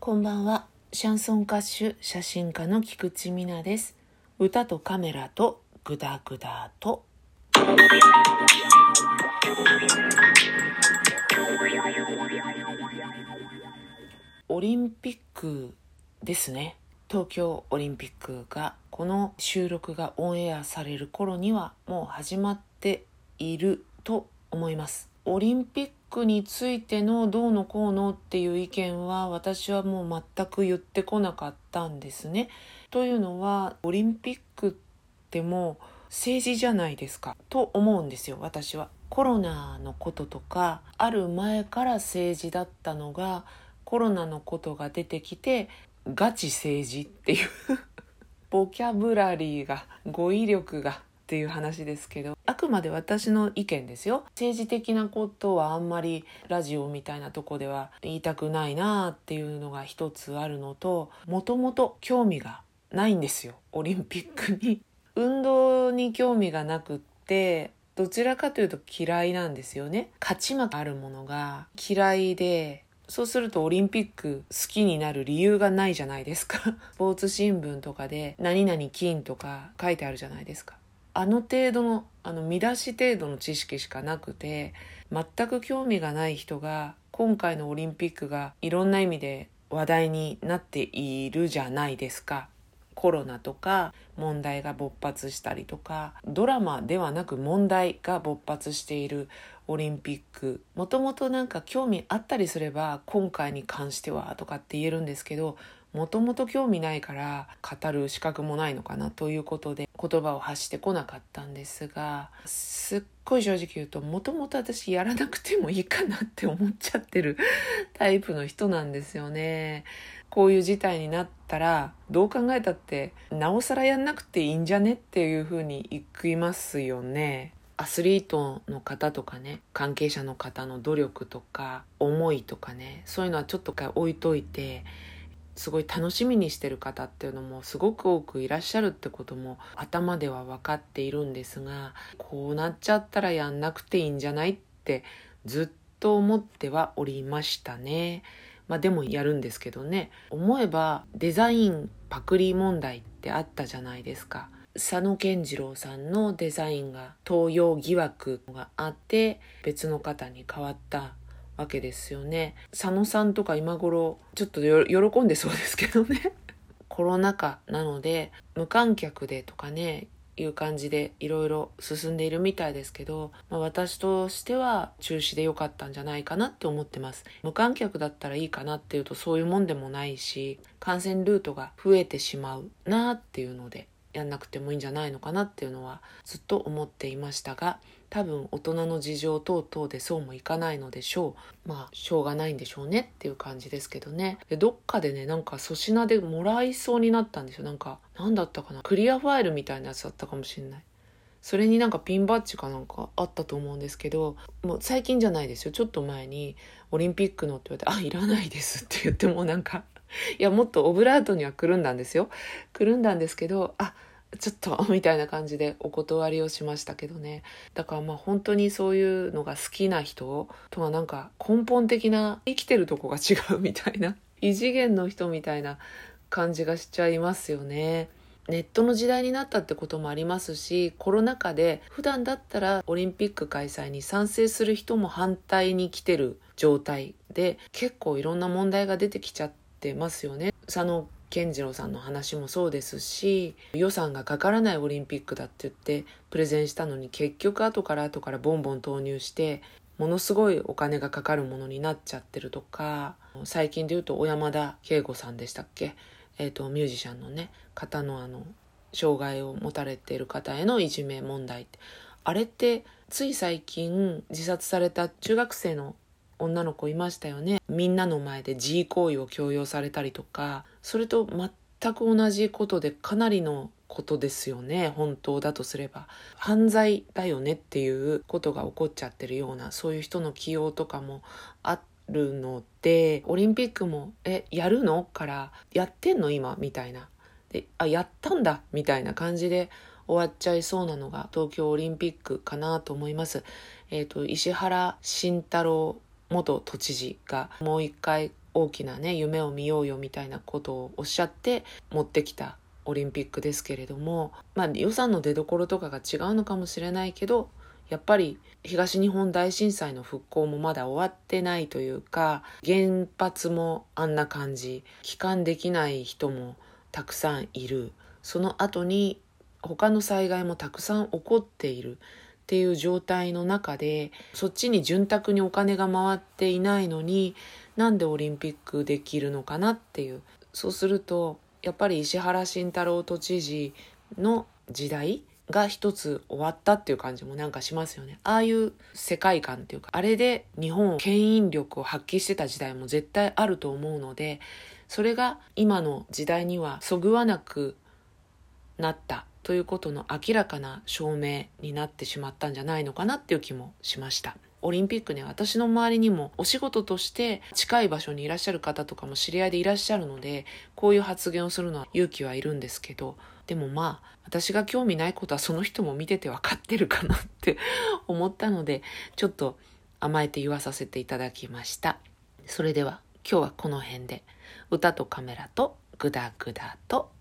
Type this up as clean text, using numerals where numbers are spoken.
こんばんは。シャンソン歌手、写真家の菊池美奈です。歌とカメラとグダグダと。オリンピックですね。東京オリンピックがこの収録がオンエアされる頃にはもう始まっていると思います。オリンピックについてのどうのこうのっていう意見は私はもう全く言ってこなかったんですね。というのはオリンピックってもう政治じゃないですかと思うんですよ。私はコロナのこととかある前から政治だったのが、コロナのことが出てきてガチ政治っていうボキャブラリーが語彙力がっていう話ですけど、あくまで私の意見ですよ。政治的なことはあんまりラジオみたいなとこでは言いたくないなっていうのが一つあるのと、もともと興味がないんですよ、オリンピックに。運動に興味がなくって、どちらかというと嫌いなんですよね。勝ち負けあるものが嫌いで、そうするとオリンピック好きになる理由がないじゃないですか。スポーツ新聞とかで何々金とか書いてあるじゃないですか。あの程度の見出し程度の知識しかなくて、全く興味がない人が今回のオリンピックがいろんな意味で話題になっているじゃないですか。コロナとか問題が勃発したりとか、ドラマではなく問題が勃発しているオリンピック、もともとなんか興味あったりすれば今回に関してはとかって言えるんですけど、もともと興味ないから語る資格もないのかなということで言葉を発してこなかったんですが、すっごい正直言うともともと私やらなくてもいいかなって思っちゃってるタイプの人なんですよね。こういう事態になったらどう考えたってなおさらやんなくていいんじゃねっていうふうに言いますよね。アスリートの方とかね、関係者の方の努力とか思いとかね、そういうのはちょっと置いといて、すごい楽しみにしてる方っていうのもすごく多くいらっしゃるってことも頭では分かっているんですが、こうなっちゃったらやんなくていいんじゃないってずっと思ってはおりましたね。でもやるんですけどね。思えばデザインパクリ問題ってあったじゃないですか。佐野健次郎さんのデザインが盗用疑惑があって別の方に変わったわけですよね。佐野さんとか今頃ちょっと喜んでそうですけどね。コロナ禍なので無観客でとかねいう感じでいろいろ進んでいるみたいですけど、私としては中止でよかったんじゃないかなって思ってます。無観客だったらいいかなっていうとそういうもんでもないし、感染ルートが増えてしまうなっていうのでやんなくてもいいんじゃないのかなっていうのはずっと思っていましたが、多分大人の事情等々でそうもいかないのでしょう。しょうがないんでしょうねっていう感じですけどね。でどっかでね、なんか粗品でもらいそうになったんですよ。なんだったかな、クリアファイルみたいなやつだったかもしれない。それになんかピンバッジかなんかあったと思うんですけど、もう最近じゃないですよ。ちょっと前にオリンピックのって言われて、いらないですって言ってもなんかいやもっとオブラートにはくるんだんですよ。くるんだんですけど、ちょっとみたいな感じでお断りをしましたけどね。だから本当にそういうのが好きな人とはなんか根本的な生きてるとこが違うみたいな、異次元の人みたいな感じがしちゃいますよね。ネットの時代になったってこともありますし、コロナ禍で普段だったらオリンピック開催に賛成する人も反対に来てる状態で、結構いろんな問題が出てきちゃってますよね。佐野健次郎さんの話もそうですし、予算がかからないオリンピックだって言ってプレゼンしたのに結局後からボンボン投入してものすごいお金がかかるものになっちゃってるとか、最近で言うと小山田圭吾さんでしたっけ、ミュージシャンのね方の障害を持たれている方へのいじめ問題って、あれってつい最近自殺された中学生の女の子いましたよね。みんなの前で自慰行為を強要されたりとか、それと全く同じことでかなりのことですよね。本当だとすれば犯罪だよねっていうことが起こっちゃってるような、そういう人の起用とかもあるので、オリンピックもやるのからやってんの今みたいなで、やったんだみたいな感じで終わっちゃいそうなのが東京オリンピックかなと思います。石原慎太郎元都知事がもう一回大きなね夢を見ようよみたいなことをおっしゃって持ってきたオリンピックですけれども、予算の出所とかが違うのかもしれないけど、やっぱり東日本大震災の復興もまだ終わってないというか、原発もあんな感じ、帰還できない人もたくさんいる、その後に他の災害もたくさん起こっているっていう状態の中で、そっちに潤沢にお金が回っていないのになんでオリンピックできるのかなっていう。そうするとやっぱり石原慎太郎都知事の時代が一つ終わったっていう感じもなんかしますよね。ああいう世界観っていうか、あれで日本牽引力を発揮してた時代も絶対あると思うので、それが今の時代にはそぐわなくなったということの明らかな証明になってしまったんじゃないのかなっていう気もしました。オリンピックね、私の周りにもお仕事として近い場所にいらっしゃる方とかも知り合いでいらっしゃるので、こういう発言をするのは勇気はいるんですけど、でも私が興味ないことはその人も見てて分かってるかなって思ったので、ちょっと甘えて言わさせていただきました。それでは今日はこの辺で、歌とカメラとグダグダと